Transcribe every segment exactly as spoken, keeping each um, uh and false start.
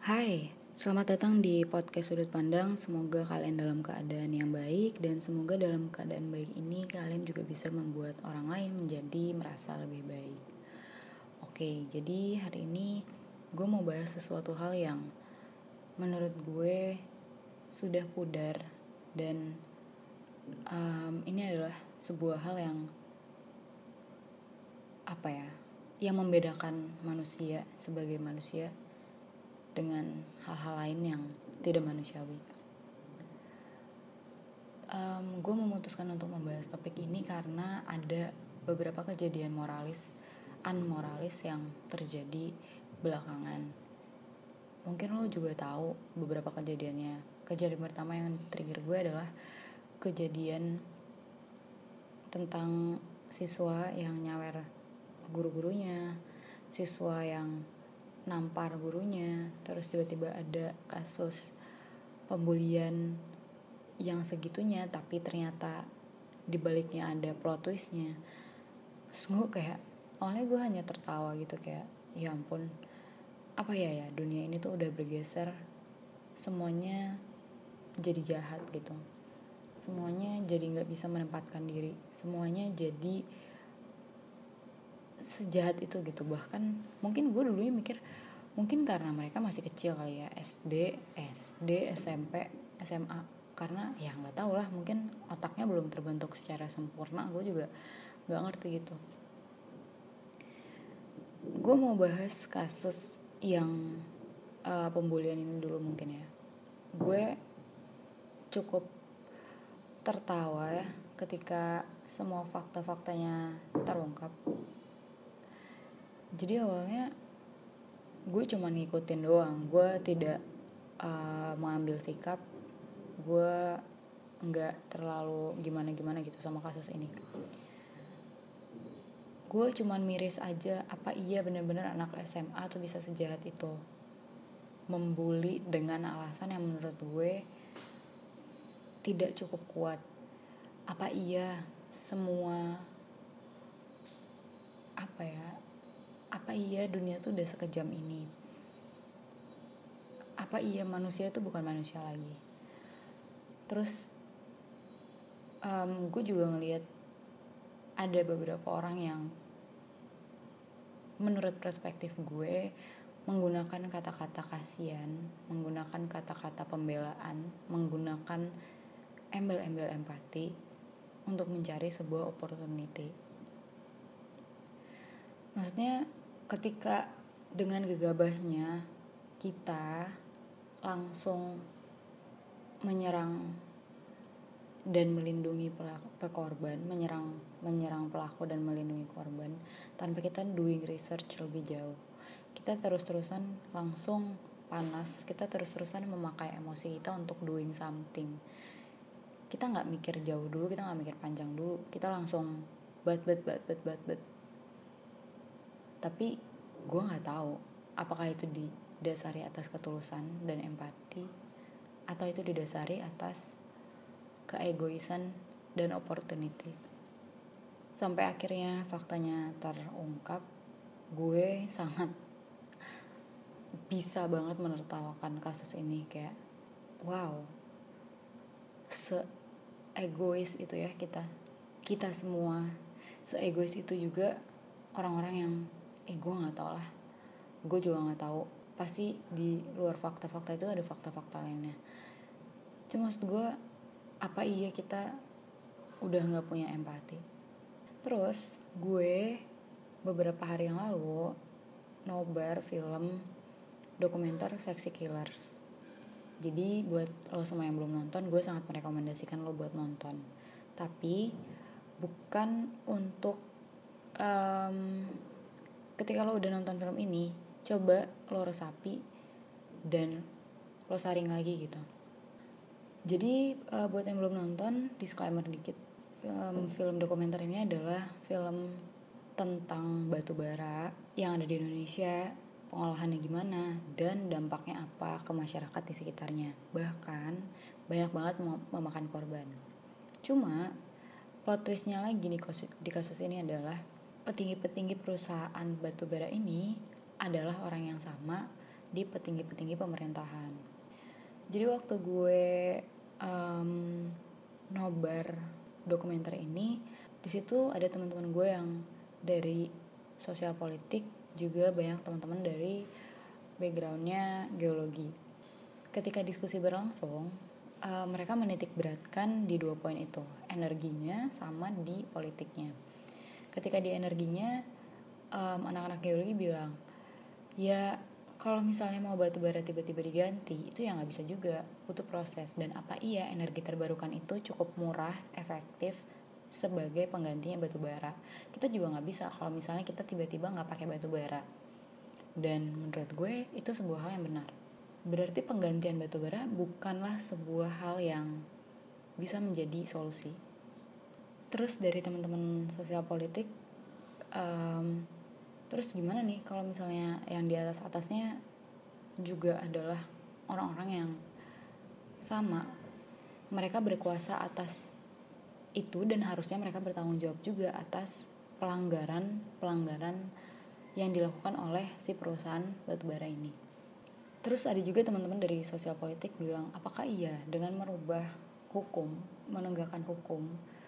Hai, selamat datang di podcast Sudut Pandang. Semoga kalian dalam keadaan yang baik dan semoga dalam keadaan baik ini kalian juga bisa membuat orang lain menjadi merasa lebih baik. Oke, jadi hari ini gue mau bahas sesuatu hal yang menurut gue sudah pudar dan um, ini adalah sebuah hal yang apa ya, yang membedakan manusia sebagai manusia dengan hal-hal lain yang tidak manusiawi. Um, gue memutuskan untuk membahas topik ini karena ada beberapa kejadian moralis, unmoralis yang terjadi belakangan. Mungkin lo juga tahu beberapa kejadiannya. Kejadian pertama yang trigger gue adalah kejadian tentang siswa yang nyawer guru-gurunya, siswa yang nampar gurunya, terus tiba-tiba ada kasus pembulian yang segitunya, tapi ternyata dibaliknya ada plot twistnya. Terus gue kayak, awalnya gue hanya tertawa gitu, kayak ya ampun, apa ya ya dunia ini tuh udah bergeser, semuanya jadi jahat gitu, semuanya jadi nggak bisa menempatkan diri, semuanya jadi sejahat itu gitu. Bahkan mungkin gue dulunya mikir mungkin karena mereka masih kecil kali ya, S D, S D, S M P, S M A, karena ya nggak tahu lah, mungkin otaknya belum terbentuk secara sempurna. Gue juga nggak ngerti gitu. Gue mau bahas kasus yang uh, pembulian ini dulu mungkin ya. Gue cukup tertawa ya ketika semua fakta-faktanya terungkap. Jadi awalnya gue cuma ngikutin doang, gue tidak uh, mengambil sikap, gue nggak terlalu gimana-gimana gitu sama kasus ini. Gue cuma miris aja, apa iya benar-benar anak S M A tuh bisa sejahat itu, membuli dengan alasan yang menurut gue tidak cukup kuat. Apa iya semua apa ya apa iya dunia tuh udah sekejam ini? Apa iya manusia itu bukan manusia lagi? Terus um, gue juga ngelihat ada beberapa orang yang menurut perspektif gue menggunakan kata-kata kasihan, menggunakan kata-kata pembelaan, menggunakan embel-embel empati untuk mencari sebuah opportunity. Maksudnya ketika dengan gegabahnya kita langsung menyerang dan melindungi pelaku, korban, menyerang menyerang pelaku dan melindungi korban tanpa kita doing research lebih jauh. Kita terus-terusan langsung panas, kita terus-terusan memakai emosi kita untuk doing something. Kita nggak mikir jauh dulu, kita nggak mikir panjang dulu, kita langsung bat bat bat bat bat bat. Tapi gue nggak tahu apakah itu didasari atas ketulusan dan empati atau itu didasari atas keegoisan dan opportunity. Sampai akhirnya faktanya terungkap, gue sangat bisa banget menertawakan kasus ini. Kayak wow, se-egois itu ya kita kita semua, se-egois itu juga orang-orang yang eh gue nggak tahu lah, gue juga nggak tahu, pasti di luar fakta-fakta itu ada fakta-fakta lainnya. Cuma maksud gue, apa iya kita udah nggak punya empati? Terus gue beberapa hari yang lalu nobar film dokumenter Sexy Killers. Jadi buat lo semua yang belum nonton, gue sangat merekomendasikan lo buat nonton. Tapi bukan untuk um, ketika lo udah nonton film ini, coba lo resapi dan lo saring lagi gitu. Jadi uh, buat yang belum nonton, disclaimer dikit, um, film dokumenter ini adalah film tentang batu bara yang ada di Indonesia, pengolahannya gimana dan dampaknya apa ke masyarakat di sekitarnya. Bahkan banyak banget memakan korban. Cuma plot twistnya lagi di kasus, di kasus ini adalah petinggi-petinggi perusahaan batu bara ini adalah orang yang sama di petinggi-petinggi pemerintahan. Jadi waktu gue um, nobar dokumenter ini, di situ ada teman-teman gue yang dari sosial politik, juga banyak teman-teman dari backgroundnya geologi. Ketika diskusi berlangsung, uh, mereka menitik beratkan di dua poin itu, energinya sama di politiknya. Ketika di energinya, um, anak-anak geologi bilang, ya kalau misalnya mau batu bara tiba-tiba diganti, itu ya nggak bisa juga, butuh proses. Dan apa iya energi terbarukan itu cukup murah, efektif sebagai penggantinya batu bara? Kita juga nggak bisa kalau misalnya kita tiba-tiba nggak pakai batu bara. Dan menurut gue itu sebuah hal yang benar. Berarti penggantian batu bara bukanlah sebuah hal yang bisa menjadi solusi. Terus dari teman-teman sosial politik, um, terus gimana nih kalau misalnya yang di atas-atasnya juga adalah orang-orang yang sama, mereka berkuasa atas itu dan harusnya mereka bertanggung jawab juga atas pelanggaran-pelanggaran yang dilakukan oleh si perusahaan batubara ini. Terus ada juga teman-teman dari sosial politik bilang, apakah iya dengan merubah hukum, menegakkan hukum,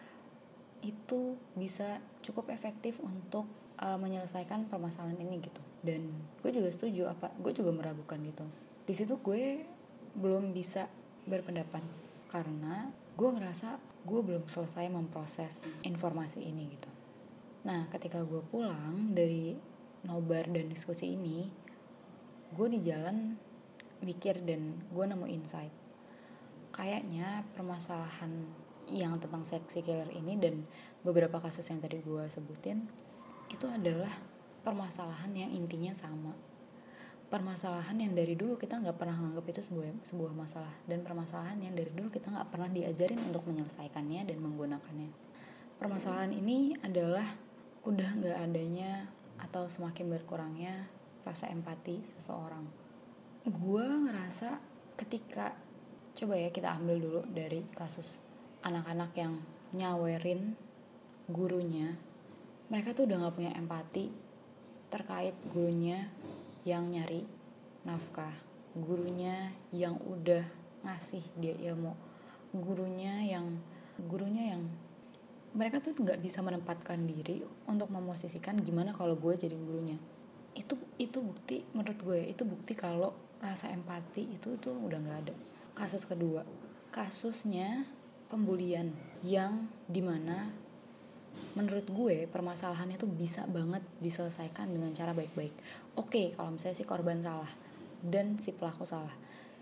itu bisa cukup efektif untuk uh, menyelesaikan permasalahan ini gitu. Dan gue juga setuju, apa gue juga meragukan gitu. Di situ gue belum bisa berpendapat karena gue ngerasa gue belum selesai memproses informasi ini gitu. Nah, ketika gue pulang dari nobar dan diskusi ini, gue di jalan mikir dan gue nemu insight. Kayaknya permasalahan yang tentang seksi killer ini dan beberapa kasus yang tadi gue sebutin itu adalah permasalahan yang intinya sama. Permasalahan yang dari dulu kita nggak pernah menganggap itu sebuah sebuah masalah, dan permasalahan yang dari dulu kita nggak pernah diajarin untuk menyelesaikannya dan menggunakannya. Permasalahan ini adalah udah nggak adanya atau semakin berkurangnya rasa empati seseorang. Gue ngerasa ketika, coba ya kita ambil dulu dari kasus anak-anak yang nyawerin gurunya, mereka tuh udah gak punya empati terkait gurunya yang nyari nafkah, gurunya yang udah ngasih dia ilmu, gurunya yang gurunya yang mereka tuh nggak bisa menempatkan diri untuk memosisikan gimana kalau gue jadi gurunya. Itu itu bukti menurut gue, itu bukti kalau rasa empati itu tuh udah nggak ada. Kasus kedua, kasusnya pembulian yang dimana menurut gue permasalahannya tuh bisa banget diselesaikan dengan cara baik-baik. Oke, kalau misalnya si korban salah dan si pelaku salah,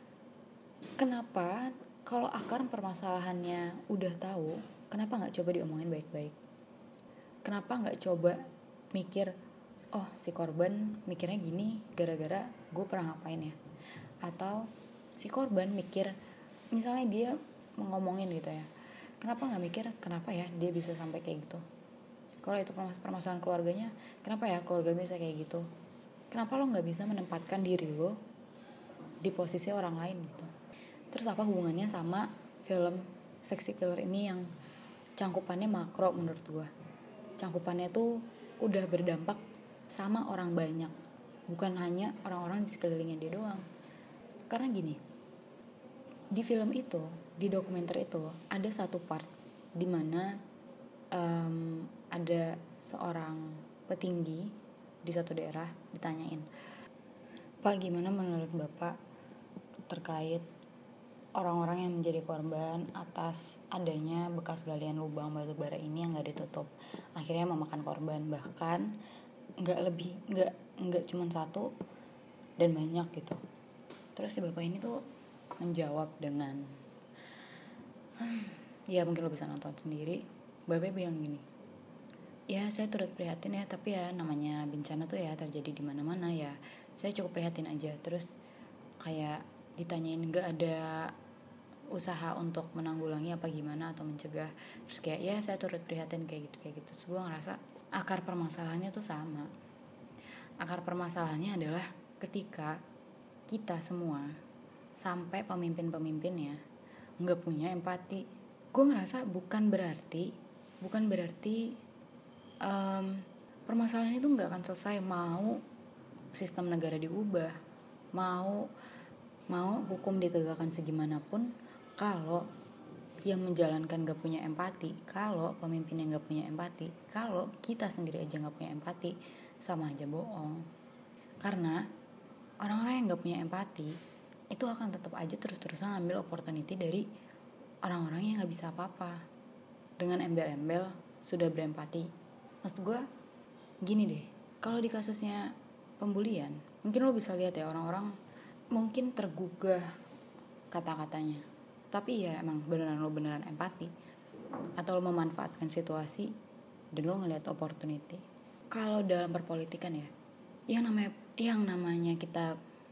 kenapa kalau akar permasalahannya udah tahu, kenapa gak coba diomongin baik-baik? Kenapa gak coba mikir, oh si korban mikirnya gini gara-gara gue pernah ngapain ya? Atau si korban mikir, misalnya dia ngomongin gitu ya, kenapa gak mikir kenapa ya dia bisa sampai kayak gitu? Kalau itu permasalahan keluarganya, kenapa ya keluarga bisa kayak gitu? Kenapa lo gak bisa menempatkan diri lo di posisi orang lain gitu? Terus apa hubungannya sama film Sexy Killer ini yang cangkupannya makro menurut gue. Cangkupannya tuh udah berdampak sama orang banyak, bukan hanya orang-orang di sekelilingnya dia doang. Karena gini, di film itu, di dokumenter itu ada satu part di mana um, ada seorang petinggi di satu daerah ditanyain, Pak, gimana menurut Bapak terkait orang-orang yang menjadi korban atas adanya bekas galian lubang batu bara ini yang nggak ditutup, akhirnya memakan korban, bahkan nggak lebih nggak nggak cuma satu dan banyak gitu. Terus si bapak ini tuh menjawab dengan ya mungkin lo bisa nonton sendiri. Bapak bilang gini, ya saya turut prihatin ya, tapi ya namanya bencana tuh ya terjadi di mana-mana ya, saya cukup prihatin aja. Terus kayak ditanyain nggak ada usaha untuk menanggulangi apa gimana atau mencegah, terus kayak ya saya turut prihatin kayak gitu kayak gitu. Terus gue ngerasa akar permasalahannya tuh sama. Akar permasalahannya adalah ketika kita semua sampai pemimpin-pemimpinnya nggak punya empati. Gue ngerasa bukan berarti bukan berarti um, permasalahan itu nggak akan selesai mau sistem negara diubah. mau mau hukum ditegakkan segimanapun, kalau yang menjalankan gak punya empati, kalau pemimpin yang gak punya empati, kalau kita sendiri aja gak punya empati, sama aja bohong. Karena orang-orang yang gak punya empati itu akan tetap aja terus-terusan ambil opportunity dari orang-orang yang gak bisa apa-apa dengan embel-embel sudah berempati. Maksud gue gini deh, kalau di kasusnya pembulian, mungkin lo bisa lihat ya, orang-orang mungkin tergugah kata-katanya, tapi ya emang beneran lo beneran empati, atau lo memanfaatkan situasi dan lo ngeliat opportunity. Kalau dalam perpolitikan ya, yang namanya yang namanya kita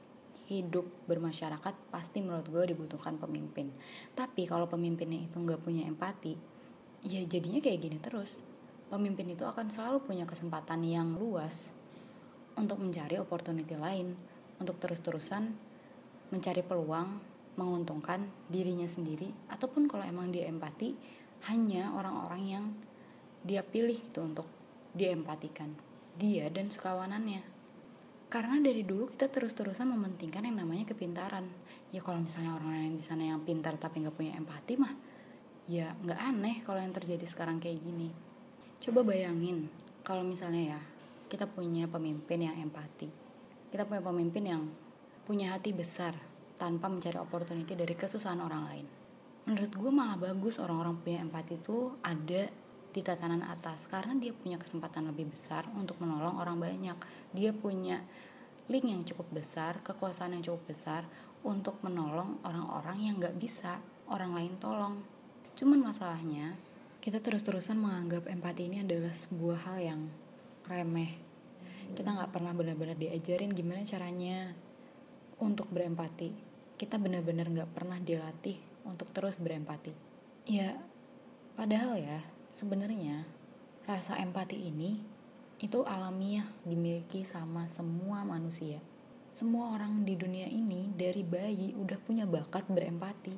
hidup bermasyarakat, pasti menurut gue dibutuhkan pemimpin. Tapi kalau pemimpinnya itu nggak punya empati, ya jadinya kayak gini terus. Pemimpin itu akan selalu punya kesempatan yang luas untuk mencari opportunity lain, untuk terus-terusan mencari peluang menguntungkan dirinya sendiri, ataupun kalau emang dia empati, hanya orang-orang yang dia pilih gitu untuk diempatikan, dia dan sekawanannya. Karena dari dulu kita terus-terusan mementingkan yang namanya kepintaran. Ya kalau misalnya orang-orang yang di sana yang pintar tapi nggak punya empati mah, ya nggak aneh kalau yang terjadi sekarang kayak gini. Coba bayangin kalau misalnya ya kita punya pemimpin yang empati, kita punya pemimpin yang punya hati besar tanpa mencari opportunity dari kesusahan orang lain. Menurut gue malah bagus orang-orang punya empati itu ada di tatanan atas, karena dia punya kesempatan lebih besar untuk menolong orang banyak. Dia punya link yang cukup besar, kekuasaan yang cukup besar untuk menolong orang-orang yang gak bisa orang lain tolong. Cuman masalahnya kita terus-terusan menganggap empati ini adalah sebuah hal yang remeh. Kita gak pernah benar-benar diajarin gimana caranya untuk berempati. Kita benar-benar gak pernah dilatih untuk terus berempati. Ya padahal ya sebenarnya rasa empati ini itu alamiah dimiliki sama semua manusia. Semua orang di dunia ini dari bayi udah punya bakat berempati.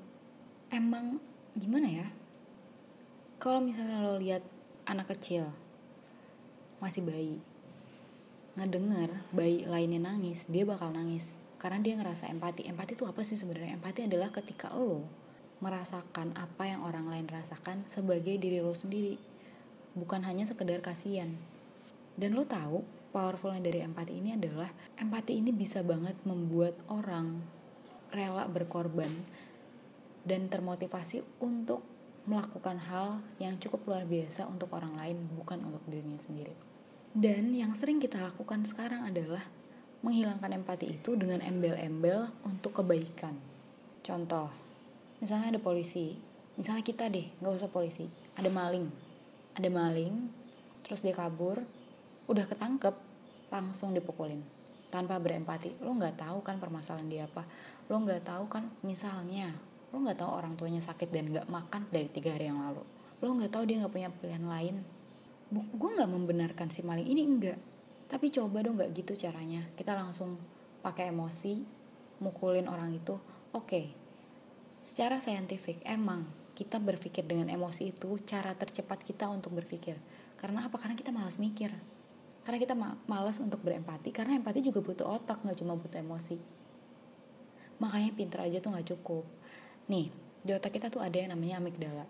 Emang gimana ya? Kalau misalnya lo lihat anak kecil masih bayi, ngedenger bayi lainnya nangis, dia bakal nangis karena dia ngerasa empati. Empati itu apa sih sebenarnya? Empati adalah ketika lo merasakan apa yang orang lain rasakan sebagai diri lo sendiri, bukan hanya sekedar kasihan. Dan lo tahu powerfulnya dari empati ini adalah empati ini bisa banget membuat orang rela berkorban dan termotivasi untuk melakukan hal yang cukup luar biasa untuk orang lain, bukan untuk dirinya sendiri. Dan yang sering kita lakukan sekarang adalah menghilangkan empati itu dengan embel-embel untuk kebaikan. Contoh, misalnya ada polisi, misalnya kita deh, gak usah polisi, ada maling, ada maling, terus dia kabur, udah ketangkep, langsung dipukulin, tanpa berempati. Lo gak tahu kan permasalahan dia apa, lo gak tahu kan misalnya, lo gak tahu orang tuanya sakit dan gak makan dari tiga hari yang lalu, lo gak tahu dia gak punya pilihan lain. Gue gak membenarkan si maling ini, enggak, tapi coba dong gak gitu caranya, kita langsung pakai emosi, mukulin orang itu. Oke, okay. Secara saintifik emang kita berpikir dengan emosi itu cara tercepat kita untuk berpikir. Karena apa? Karena kita malas mikir. Karena kita malas untuk berempati. Karena empati juga butuh otak, gak cuma butuh emosi. Makanya pinter aja tuh gak cukup. Nih, di otak kita tuh ada yang namanya amigdala.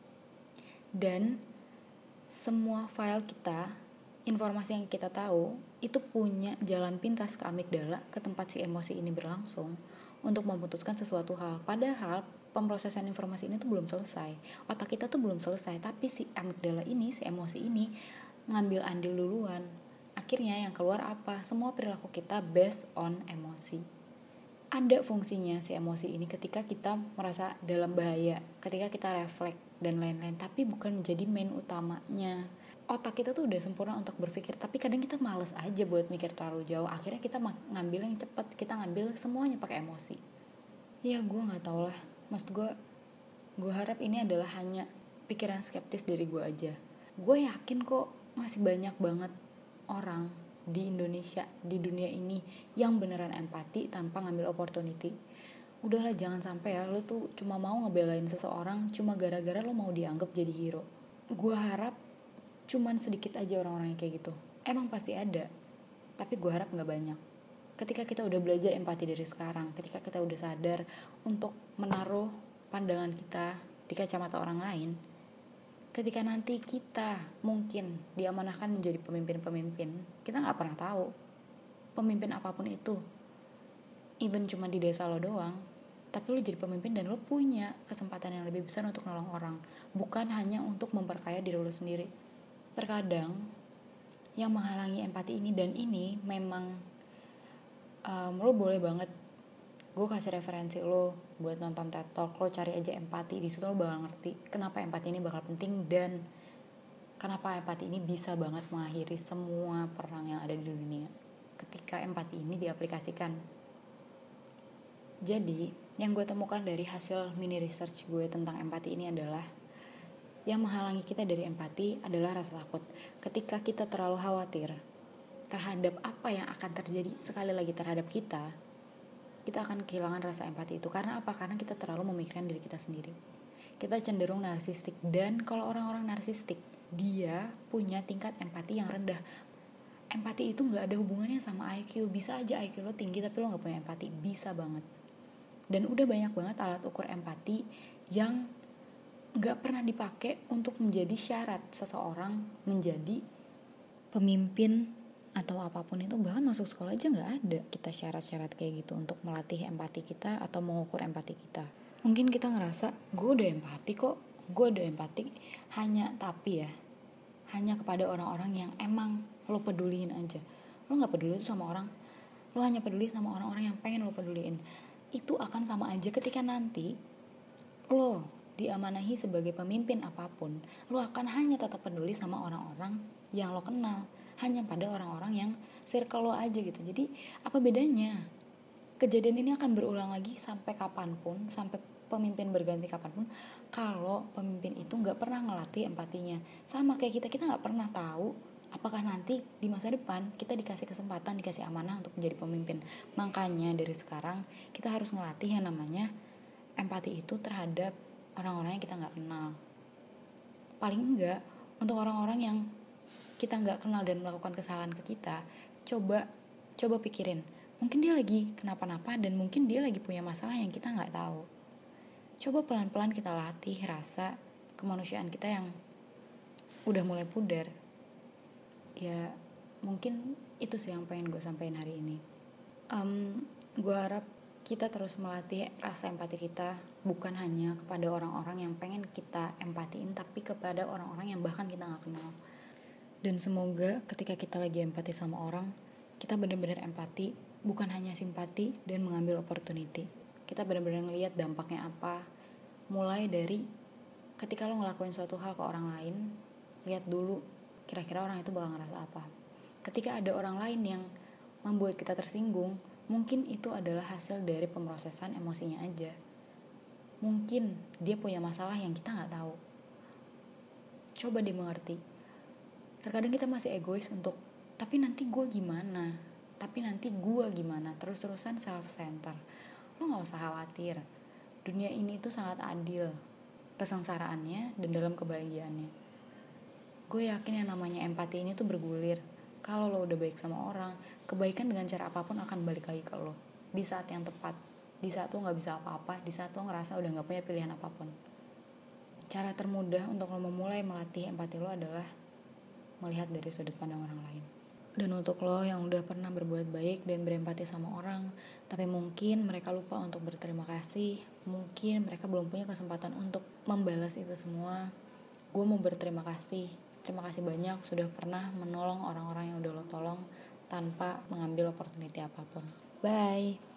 Dan semua file kita, informasi yang kita tahu, itu punya jalan pintas ke amigdala, ke tempat si emosi ini berlangsung, untuk memutuskan sesuatu hal. Padahal pemrosesan informasi ini tuh belum selesai. Otak kita tuh belum selesai, tapi si amigdala ini, si emosi ini ngambil andil duluan. Akhirnya yang keluar apa? Semua perilaku kita based on emosi. Ada fungsinya si emosi ini ketika kita merasa dalam bahaya, ketika kita refleks dan lain-lain, tapi bukan menjadi main utamanya. Otak kita tuh udah sempurna untuk berpikir, tapi kadang kita males aja buat mikir terlalu jauh. Akhirnya kita ngambil yang cepat, kita ngambil semuanya pakai emosi. Ya gue nggak tau lah, maksud gue, gue harap ini adalah hanya pikiran skeptis dari gue aja. Gue yakin kok masih banyak banget orang di Indonesia, di dunia ini yang beneran empati tanpa ngambil opportunity. Udahlah, jangan sampai ya lo tuh cuma mau ngebelain seseorang cuma gara-gara lo mau dianggap jadi hero. Gue harap cuman sedikit aja orang-orang yang kayak gitu. Emang pasti ada, tapi gue harap gak banyak. Ketika kita udah belajar empati dari sekarang, ketika kita udah sadar untuk menaruh pandangan kita di kacamata orang lain, ketika nanti kita mungkin diamanahkan menjadi pemimpin-pemimpin, kita gak pernah tahu pemimpin apapun itu, even cuma di desa lo doang, tapi lo jadi pemimpin dan lo punya kesempatan yang lebih besar untuk nolong orang, bukan hanya untuk memperkaya diri lo sendiri. Terkadang yang menghalangi empati ini, dan ini memang um, lo boleh banget, gue kasih referensi lo buat nonton TED Talk, lo cari aja empati, di situ lo bakal ngerti kenapa empati ini bakal penting dan kenapa empati ini bisa banget mengakhiri semua perang yang ada di dunia ketika empati ini diaplikasikan. Jadi yang gue temukan dari hasil mini research gue tentang empati ini adalah yang menghalangi kita dari empati adalah rasa takut. Ketika kita terlalu khawatir terhadap apa yang akan terjadi sekali lagi terhadap kita, kita akan kehilangan rasa empati itu. Karena apa? Karena kita terlalu memikirkan diri kita sendiri. Kita cenderung narsistik, dan kalau orang-orang narsistik, dia punya tingkat empati yang rendah. Empati itu gak ada hubungannya sama I Q. Bisa aja I Q lo tinggi tapi lo gak punya empati, bisa banget. Dan udah banyak banget alat ukur empati yang gak pernah dipakai untuk menjadi syarat seseorang menjadi pemimpin atau apapun itu. Bahkan masuk sekolah aja gak ada kita syarat-syarat kayak gitu untuk melatih empati kita atau mengukur empati kita. Mungkin kita ngerasa gue udah empati kok, gue udah empati, hanya tapi ya hanya kepada orang-orang yang emang lo peduliin aja. Lo gak peduli itu sama orang, lo hanya peduli sama orang-orang yang pengen lo peduliin. Itu akan sama aja ketika nanti lo diamanahi sebagai pemimpin apapun, lo akan hanya tetap peduli sama orang-orang yang lo kenal, hanya pada orang-orang yang circle lo aja gitu. Jadi apa bedanya? Kejadian ini akan berulang lagi sampai kapanpun, sampai pemimpin berganti kapanpun, kalau pemimpin itu gak pernah ngelatih empatinya. Sama kayak kita, kita gak pernah tahu apakah nanti di masa depan kita dikasih kesempatan, dikasih amanah untuk menjadi pemimpin. Makanya dari sekarang kita harus ngelatih yang namanya empati itu terhadap orang-orang yang kita gak kenal. Paling enggak untuk orang-orang yang kita gak kenal dan melakukan kesalahan ke kita, coba coba pikirin, mungkin dia lagi kenapa-napa dan mungkin dia lagi punya masalah yang kita gak tahu. Coba pelan-pelan kita latih rasa kemanusiaan kita yang udah mulai pudar. Ya mungkin itu sih yang pengen gue sampaikan hari ini. um, Gue harap kita terus melatih rasa empati kita, bukan hanya kepada orang-orang yang pengen kita empatiin, tapi kepada orang-orang yang bahkan kita gak kenal. Dan semoga ketika kita lagi empati sama orang, kita benar-benar empati, bukan hanya simpati dan mengambil opportunity. Kita benar-benar ngelihat dampaknya apa. Mulai dari ketika lo ngelakuin suatu hal ke orang lain, lihat dulu kira-kira orang itu bakal ngerasa apa. Ketika ada orang lain yang membuat kita tersinggung, mungkin itu adalah hasil dari pemrosesan emosinya aja. Mungkin dia punya masalah yang kita gak tahu. Coba dimengerti. Terkadang kita masih egois untuk, tapi nanti gue gimana? Tapi nanti gue gimana? Terus-terusan self-center. Lo gak usah khawatir. Dunia ini tuh sangat adil, kesengsaraannya dan dalam kebahagiaannya. Gue yakin yang namanya empati ini tuh bergulir. Kalau lo udah baik sama orang, kebaikan dengan cara apapun akan balik lagi ke lo di saat yang tepat, di saat lo gak bisa apa-apa, di saat lo ngerasa udah gak punya pilihan apapun. Cara termudah untuk lo memulai melatih empati lo adalah melihat dari sudut pandang orang lain. Dan untuk lo yang udah pernah berbuat baik dan berempati sama orang, tapi mungkin mereka lupa untuk berterima kasih, mungkin mereka belum punya kesempatan untuk membalas itu semua, gue mau berterima kasih. Terima kasih banyak sudah pernah menolong orang-orang yang udah lo tolong tanpa mengambil opportunity apapun. Bye.